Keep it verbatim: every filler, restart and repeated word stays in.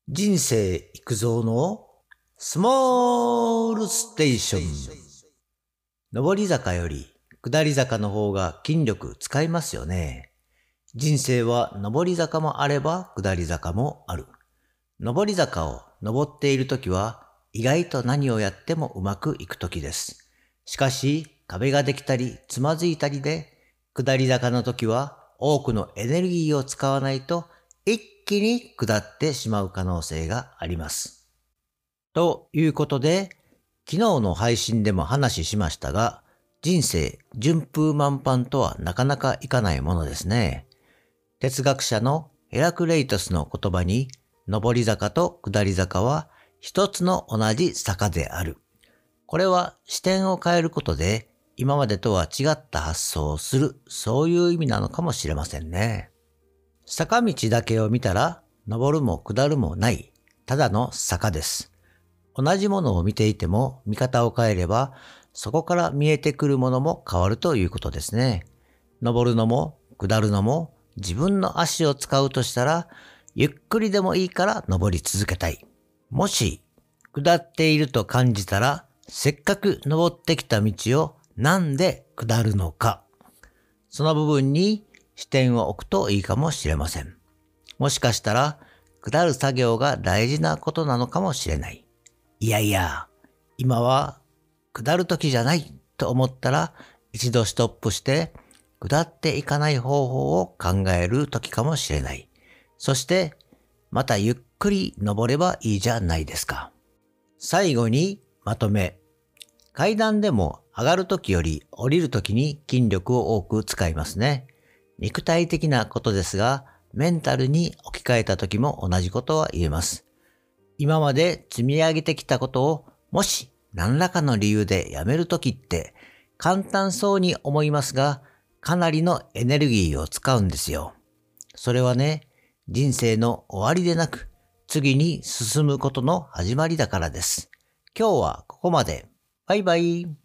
人生育造のスモールステーション。上り坂より下り坂の方が筋力使いますよね。人生は上り坂もあれば下り坂もある。上り坂を登っているときは意外と何をやってもうまくいくときです。しかし壁ができたりつまずいたりで下り坂のときは多くのエネルギーを使わないと一気に下ってしまう可能性があります。ということで、昨日の配信でも話しましたが、人生順風満帆とはなかなかいかないものですね。哲学者のヘラクレイトスの言葉に、上り坂と下り坂は一つの同じ坂である。これは視点を変えることで、今までとは違った発想をする、そういう意味なのかもしれませんね。坂道だけを見たら、登るも下るもない、ただの坂です。同じものを見ていても、見方を変えれば、そこから見えてくるものも変わるということですね。登るのも下るのも、自分の足を使うとしたら、ゆっくりでもいいから登り続けたい。もし、下っていると感じたら、せっかく登ってきた道をなんで下るのか。その部分に視点を置くといいかもしれません。もしかしたら、下る作業が大事なことなのかもしれない。いやいや、今は下る時じゃないと思ったら、一度ストップして、下っていかない方法を考える時かもしれない。そして、またゆっくり登ればいいじゃないですか。最後にまとめ。階段でも上がる時より降りる時に筋力を多く使いますね。肉体的なことですが、メンタルに置き換えた時も同じことは言えます。今まで積み上げてきたことを、もし何らかの理由でやめる時って簡単そうに思いますが、かなりのエネルギーを使うんですよ。それはね、人生の終わりでなく、次に進むことの始まりだからです。今日はここまで。バイバイ。